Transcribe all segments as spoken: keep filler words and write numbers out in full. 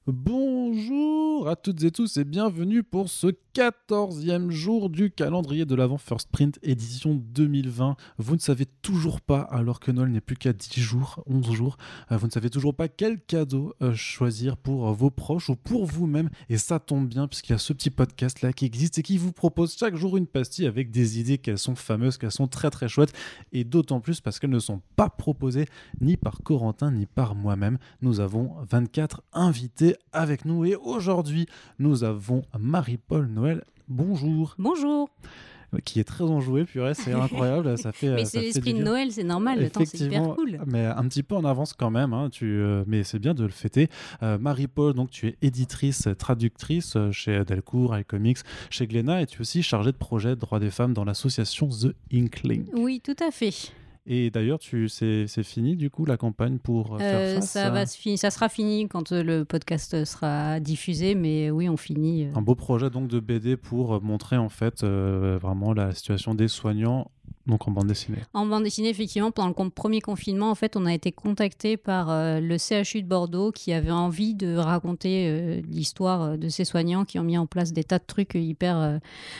Bonjour à toutes et tous et bienvenue pour ce quatorzième jour du calendrier de l'Avent First Print édition deux mille vingt. Vous ne savez toujours pas, alors que Noël n'est plus qu'à dix jours, onze jours, euh, vous ne savez toujours pas quel cadeau euh, choisir pour euh, vos proches ou pour vous-même. Et ça tombe bien puisqu'il y a ce petit podcast là qui existe et qui vous propose chaque jour une pastille avec des idées qu'elles sont fameuses, qu'elles sont très très chouettes et d'autant plus parce qu'elles ne sont pas proposées ni par Corentin ni par moi-même. Nous avons vingt-quatre invités avec nous et aujourd'hui nous avons Marie-Paul Noël. Bonjour. Bonjour. Qui est très enjouée, purée, c'est incroyable. Ça fait, mais ça c'est fait l'esprit de bien. Noël, c'est normal, le temps c'est hyper cool. Mais un petit peu en avance quand même, hein, tu, euh, mais c'est bien de le fêter. Euh, Marie-Paul, donc tu es éditrice, traductrice chez Delcourt, iComics, chez Glénat et tu es aussi chargée de projet droits des femmes dans l'association The Inkling. Oui, tout à fait. Et d'ailleurs, tu, c'est, c'est fini du coup la campagne pour euh, faire euh, face ça, à... va se fi- ça sera fini quand euh, le podcast sera diffusé, mais oui, on finit. Euh... Un beau projet donc de B D pour montrer en fait euh, vraiment la situation des soignants. Donc en bande dessinée. En bande dessinée, effectivement, pendant le premier confinement, en fait, on a été contacté par euh, le C H U de Bordeaux qui avait envie de raconter euh, l'histoire de ces soignants qui ont mis en place des tas de trucs hyper euh,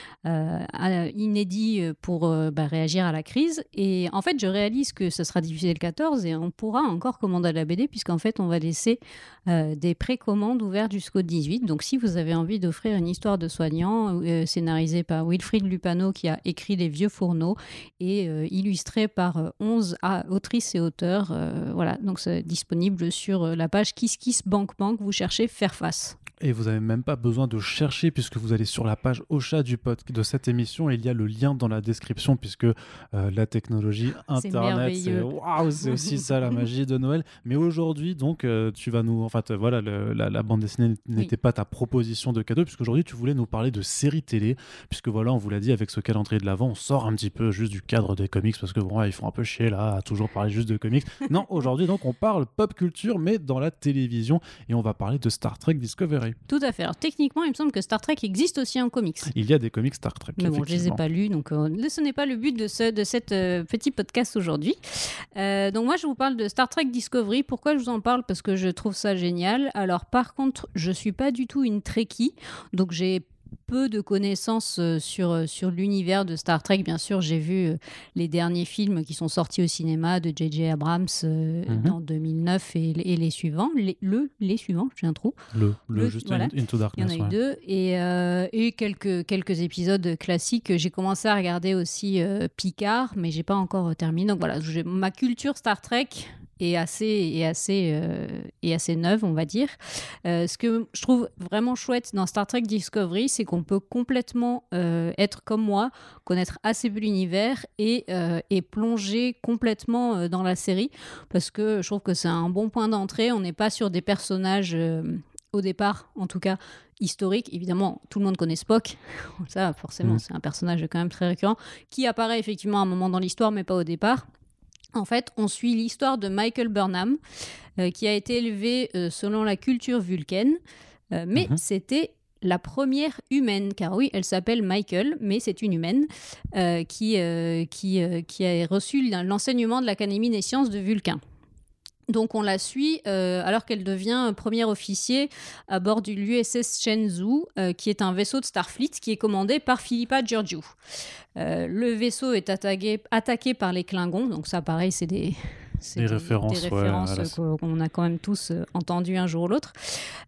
euh, inédits pour euh, bah, réagir à la crise. Et en fait, je réalise que ça sera diffusé le quatorze et on pourra encore commander la B D puisqu'en fait, on va laisser euh, des précommandes ouvertes jusqu'au dix-huit. Donc, si vous avez envie d'offrir une histoire de soignants euh, scénarisée par Wilfried Lupano qui a écrit Les Vieux Fourneaux et euh, illustré par euh, onze ah, autrices et auteurs. Euh, voilà, donc c'est disponible sur euh, la page Kiss Kiss Bank Bank. Vous cherchez Faire Face. Et vous n'avez même pas besoin de chercher puisque vous allez sur la page Ocha du pod de cette émission et il y a le lien dans la description puisque euh, la technologie internet, c'est, waouh, c'est aussi ça la magie de Noël. Mais aujourd'hui, donc, euh, tu vas nous, enfin, t- voilà, le, la, la bande dessinée n'était oui. pas ta proposition de cadeau puisqu'aujourd'hui tu voulais nous parler de séries télé puisque voilà, on vous l'a dit avec ce calendrier de l'Avent, on sort un petit peu juste du cadre des comics parce que bon, ouais, ils font un peu chier là à toujours parler juste de comics. Non, aujourd'hui donc on parle pop culture mais dans la télévision et on va parler de Star Trek Discovery. Tout à fait. Alors techniquement, il me semble que Star Trek existe aussi en comics. Il y a des comics Star Trek. Mais bon, je les ai pas lus, donc euh, ce n'est pas le but de ce de cette euh, petit podcast aujourd'hui. Euh, donc moi, je vous parle de Star Trek Discovery. Pourquoi je vous en parle ? Parce que je trouve ça génial. Alors par contre, je suis pas du tout une Trekkie, donc j'ai peu de connaissances euh, sur, euh, sur l'univers de Star Trek. Bien sûr, j'ai vu euh, les derniers films qui sont sortis au cinéma de J J Abrams euh, mm-hmm. en deux mille neuf et, et les suivants. Les, le, les suivants, j'ai un trou. Le, le, le juste voilà. Into Darkness. Il y en a eu ouais. deux. Et, euh, et quelques, quelques épisodes classiques. J'ai commencé à regarder aussi euh, Picard, mais j'ai pas encore terminé. Donc voilà, j'ai, ma culture Star Trek est assez, est assez, euh, est assez neuve, on va dire. Euh, ce que je trouve vraiment chouette dans Star Trek Discovery, c'est qu'on peut complètement euh, être comme moi, connaître assez peu l'univers et, euh, et plonger complètement euh, dans la série, parce que je trouve que c'est un bon point d'entrée. On n'est pas sur des personnages, euh, au départ, en tout cas, historiques. Évidemment, tout le monde connaît Spock. Ça, forcément, mmh. c'est un personnage quand même très récurrent, qui apparaît effectivement à un moment dans l'histoire, mais pas au départ. En fait, on suit l'histoire de Michael Burnham, euh, qui a été élevé euh, selon la culture vulcaine, euh, mais mm-hmm. c'était la première humaine, car oui, elle s'appelle Michael, mais c'est une humaine euh, qui, euh, qui, euh, qui a reçu l'enseignement de l'Académie des sciences de Vulcain. Donc on la suit euh, alors qu'elle devient premier officier à bord du l'U S S Shenzhou, euh, qui est un vaisseau de Starfleet qui est commandé par Philippa Georgiou. Euh, le vaisseau est attaqué, attaqué par les Klingons, donc ça pareil c'est des... C'est des des références, des références ouais, qu'on, qu'on a quand même tous euh, entendues un jour ou l'autre.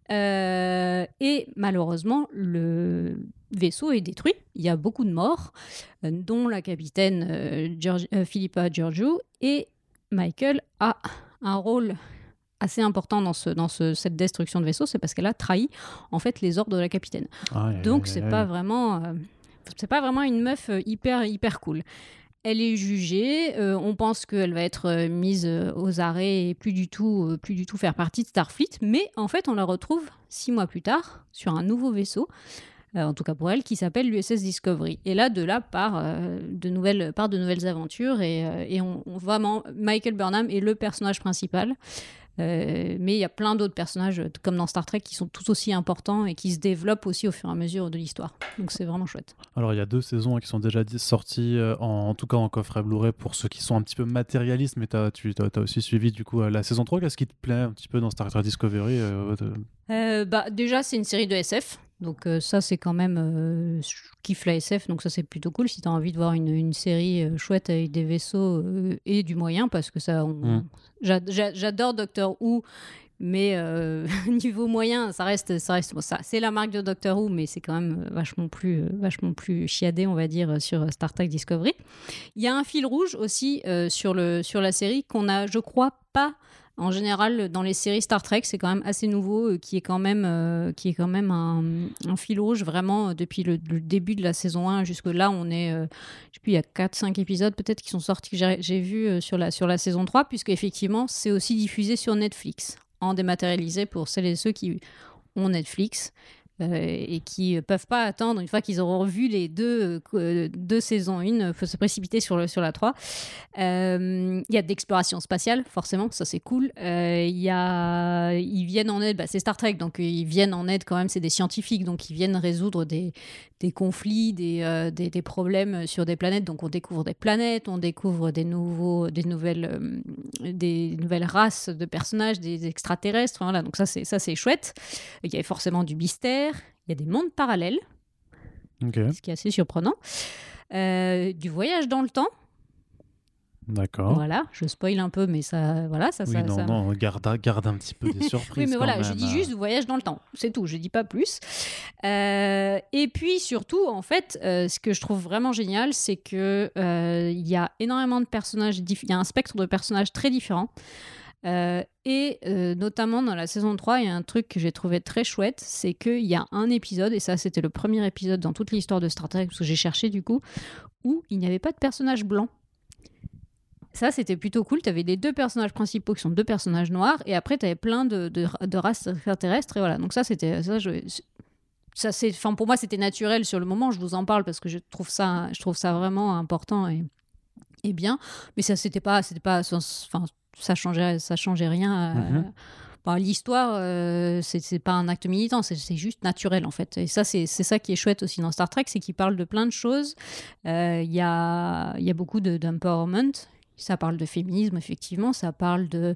Euh, et malheureusement, le vaisseau est détruit. Il y a beaucoup de morts, euh, dont la capitaine euh, Georgi- euh, Philippa Georgiou. Et Michael a un rôle assez important dans, ce, dans ce, cette destruction de vaisseau, c'est parce qu'elle a trahi en fait les ordres de la capitaine. Aïe, Donc aïe, c'est aïe. pas vraiment, euh, c'est pas vraiment une meuf hyper hyper cool. Elle est jugée, euh, on pense qu'elle va être euh, mise euh, aux arrêts et plus du tout, euh, plus du tout faire partie de Starfleet, mais en fait on la retrouve six mois plus tard sur un nouveau vaisseau, euh, en tout cas pour elle, qui s'appelle l'U S S Discovery. Et là, de là, part, euh, de, nouvelles, part de nouvelles aventures et, euh, et on, on vraiment, Michael Burnham est le personnage principal. Euh, mais il y a plein d'autres personnages, comme dans Star Trek, qui sont tout aussi importants et qui se développent aussi au fur et à mesure de l'histoire. Donc c'est vraiment chouette. Alors il y a deux saisons hein, qui sont déjà sorties, euh, en, en tout cas en coffret Blu-ray pour ceux qui sont un petit peu matérialistes, mais t'as, tu as aussi suivi du coup euh, la saison trois. Qu'est-ce qui te plaît un petit peu dans Star Trek Discovery euh, de... euh, bah, Déjà, c'est une série de S F. Donc euh, ça, c'est quand même... Euh, je kiffe la S F, donc ça, c'est plutôt cool si tu as envie de voir une, une série euh, chouette avec des vaisseaux euh, et du moyen, parce que ça... On, mm. j'a, j'a, j'adore Doctor Who, mais euh, niveau moyen, ça reste... Ça reste bon, ça, c'est la marque de Doctor Who, mais c'est quand même vachement plus, euh, vachement plus chiadé, on va dire, sur Star Trek Discovery. Il y a un fil rouge aussi euh, sur, le, sur la série qu'on a, je crois, pas... En général, dans les séries Star Trek, c'est quand même assez nouveau, euh, qui est quand même, euh, qui est quand même un, un fil rouge, vraiment, euh, depuis le, le début de la saison un jusque là. On est, euh, je sais plus, il y a quatre cinq épisodes peut-être qui sont sortis, que j'ai, j'ai vu euh, sur, la, sur la saison trois, puisque effectivement, c'est aussi diffusé sur Netflix, en dématérialisé pour celles et ceux qui ont Netflix. Euh, et qui ne peuvent pas attendre, une fois qu'ils auront revu les deux, euh, deux saisons, une, il faut se précipiter sur, le, sur la trois. Il euh, y a de l'exploration spatiale, forcément, ça c'est cool. Euh, y a, ils viennent en aide, bah, c'est Star Trek, donc ils viennent en aide quand même, c'est des scientifiques, donc ils viennent résoudre des, des conflits, des, euh, des, des problèmes sur des planètes. Donc on découvre des planètes, on découvre des, nouveaux, des, nouvelles, euh, des nouvelles races de personnages, des extraterrestres, voilà, donc ça c'est, ça c'est chouette. Il y a forcément du mystère. Il y a des mondes parallèles, okay. Ce qui est assez surprenant. Euh, du voyage dans le temps. D'accord. Voilà, je spoil un peu, mais ça, voilà, ça, oui, ça, non, ça... non, garde, garde un petit peu des surprises. oui, mais quand voilà, même. je dis juste du voyage dans le temps, c'est tout, je dis pas plus. Euh, et puis surtout, en fait, euh, ce que je trouve vraiment génial, c'est que euh, il y a énormément de personnages, il y a un spectre de personnages très différents. Euh, et euh, notamment dans la saison trois, il y a un truc que j'ai trouvé très chouette, c'est qu'il y a un épisode, et ça c'était le premier épisode dans toute l'histoire de Star Trek, parce que j'ai cherché du coup, où il n'y avait pas de personnage blanc. Ça c'était plutôt cool, tu avais les deux personnages principaux qui sont deux personnages noirs, et après tu avais plein de, de, de races extraterrestres, et voilà, donc ça c'était... Ça, je, ça, c'est, pour moi c'était naturel sur le moment, je vous en parle parce que je trouve ça, je trouve ça vraiment important et, et bien, mais ça c'était pas... C'était pas enfin, ça changeait, ça changeait rien. Euh, mm-hmm. Bon, l'histoire, euh, c'est, c'est pas un acte militant, c'est, c'est juste naturel en fait. Et ça, c'est, c'est ça qui est chouette aussi dans Star Trek, c'est qu'il parle de plein de choses. Il euh, y, a, y a beaucoup de, d'empowerment. Ça parle de féminisme, effectivement. Ça parle de,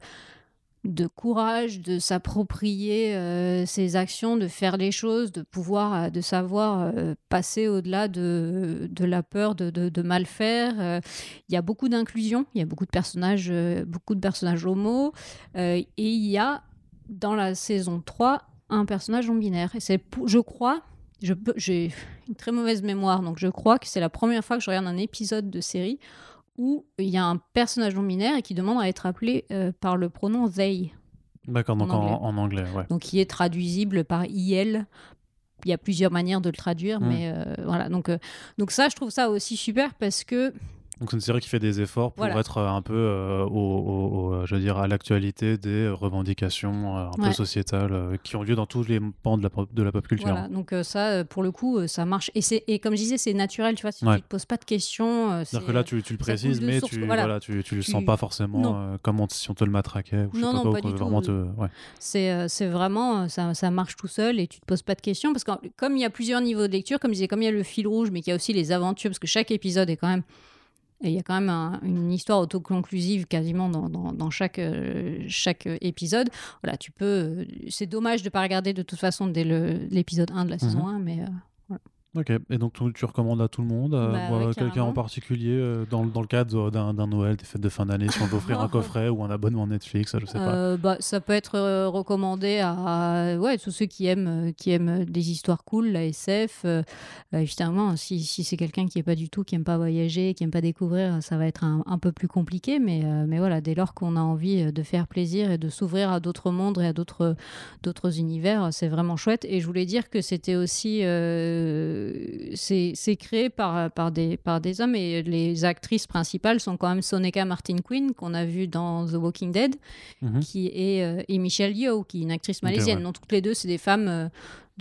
de courage, de s'approprier euh, ses actions, de faire les choses, de pouvoir, de savoir euh, passer au-delà de, de la peur de, de, de mal faire. Il euh, y a beaucoup d'inclusion, il y a beaucoup de personnages, euh, beaucoup de personnages homo, euh, et il y a dans la saison trois un personnage non-binaire. Et c'est, je crois, je peux, j'ai une très mauvaise mémoire, donc je crois que c'est la première fois que je regarde un épisode de série où il y a un personnage non-binaire et qui demande à être appelé euh, par le pronom they. D'accord, donc en anglais, en, en anglais ouais. Donc qui est traduisible par il. Il y a plusieurs manières de le traduire, mmh. mais euh, voilà. Donc, euh, donc ça, je trouve ça aussi super parce que... Donc c'est une série qui fait des efforts pour voilà. être un peu euh, au, au, au, je veux dire, à l'actualité des revendications euh, un ouais. peu sociétales euh, qui ont lieu dans tous les pans de la, de la pop culture. Voilà, donc euh, ça, pour le coup, ça marche. Et, c'est, et comme je disais, c'est naturel, tu vois, si ouais. tu ne te poses pas de questions... Euh, C'est-à-dire que là, tu, tu le précises, mais source, tu ne voilà. voilà, tu, tu le tu... sens pas forcément euh, comme on, si on te le matraquait. Ou je non, sais non, pas, pas, pas du tout. Vraiment te... ouais. c'est, euh, c'est vraiment, ça, ça marche tout seul et tu ne te poses pas de questions. Parce que comme il y a plusieurs niveaux de lecture, comme je disais, comme il y a le fil rouge, mais qu'il y a aussi les aventures, parce que chaque épisode est quand même... Et il y a quand même un, une histoire autoconclusive quasiment dans, dans, dans chaque, euh, chaque épisode. Voilà, tu peux... C'est dommage de ne pas regarder de toute façon dès le, l'épisode un de la saison mmh. un, mais... Euh, voilà. Ok, et donc tu, tu recommandes à tout le monde, à, bah, ouais, ouais, quelqu'un en particulier, euh, dans, dans le cadre d'un, d'un Noël, des fêtes de fin d'année, si on veut offrir un coffret ou un abonnement Netflix, je sais pas. Euh, bah, ça peut être euh, recommandé à ouais, tous ceux qui aiment, qui aiment des histoires cool, la S F. Euh, évidemment, si, si c'est quelqu'un qui n'est pas du tout, qui n'aime pas voyager, qui n'aime pas découvrir, ça va être un, un peu plus compliqué, mais, euh, mais voilà, dès lors qu'on a envie de faire plaisir et de s'ouvrir à d'autres mondes et à d'autres, d'autres univers, c'est vraiment chouette. Et je voulais dire que c'était aussi... Euh, C'est, c'est créé par, par, des, par des hommes et les actrices principales sont quand même Sonequa Martin Quinn qu'on a vu dans The Walking Dead mm-hmm. qui est, euh, et Michelle Yeoh qui est une actrice malaisienne. Okay, ouais. Donc toutes les deux c'est des femmes euh,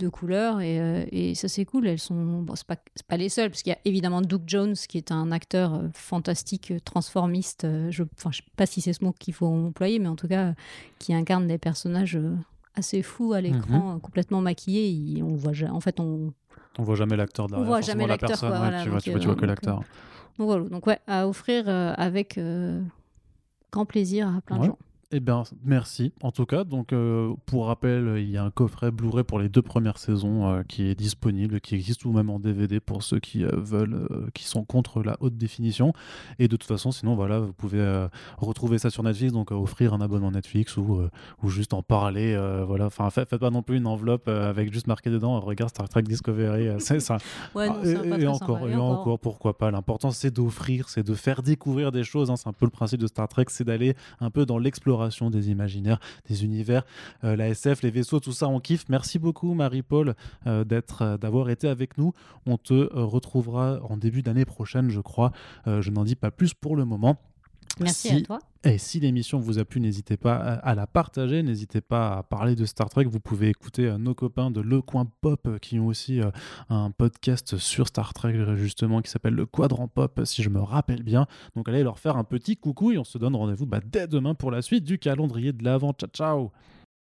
de couleurs et, euh, et ça c'est cool. Elles sont, bon, c'est pas, c'est pas les seules parce qu'il y a évidemment Doug Jones qui est un acteur euh, fantastique, euh, transformiste. Euh, je, enfin, je sais pas si c'est ce mot qu'il faut employer, mais en tout cas, euh, qui incarne des personnages euh, assez fous à l'écran, Mhm. euh, complètement maquillés. Il- on voit, ja- en fait, on, On voit jamais l'acteur on derrière, voit forcément jamais la l'acteur, personne, quoi. ouais, Voilà, tu vois, donc, tu vois, tu euh, vois que donc, euh, l'acteur. donc voilà. Donc ouais, à offrir euh, avec euh, grand plaisir à plein de Ouais. gens. Eh bien, merci. En tout cas, donc euh, pour rappel, euh, il y a un coffret Blu-ray pour les deux premières saisons euh, qui est disponible, qui existe ou même en D V D pour ceux qui euh, veulent, euh, qui sont contre la haute définition. Et de toute façon, sinon, voilà, vous pouvez euh, retrouver ça sur Netflix, donc euh, offrir un abonnement Netflix ou, euh, ou juste en parler. euh, voilà, enfin, faites, faites pas non plus une enveloppe euh, avec juste marqué dedans, regarde Star Trek Discovery. euh, c'est ça. Ouais, Ah, non, et, ça va pas et très encore, sympa. et Et encore. encore, pourquoi pas. L'important, c'est d'offrir, c'est de faire découvrir des choses. hein. C'est un peu le principe de Star Trek, c'est d'aller un peu dans l'exploration des imaginaires, des univers, euh, la S F, les vaisseaux, tout ça, on kiffe. Merci beaucoup, Marie-Paul, euh, d'être, euh, d'avoir été avec nous. On te euh, retrouvera en début d'année prochaine, je crois. Euh, je n'en dis pas plus pour le moment. Merci à Si toi. Et si l'émission vous a plu, n'hésitez pas à, à la partager, n'hésitez pas à parler de Star Trek. Vous pouvez écouter euh, nos copains de Le Coin Pop euh, qui ont aussi euh, un podcast sur Star Trek justement qui s'appelle Le Quadrant Pop, si je me rappelle bien. Donc allez leur faire un petit coucou et on se donne rendez-vous bah, dès demain pour la suite du calendrier de l'Avent. Ciao ciao.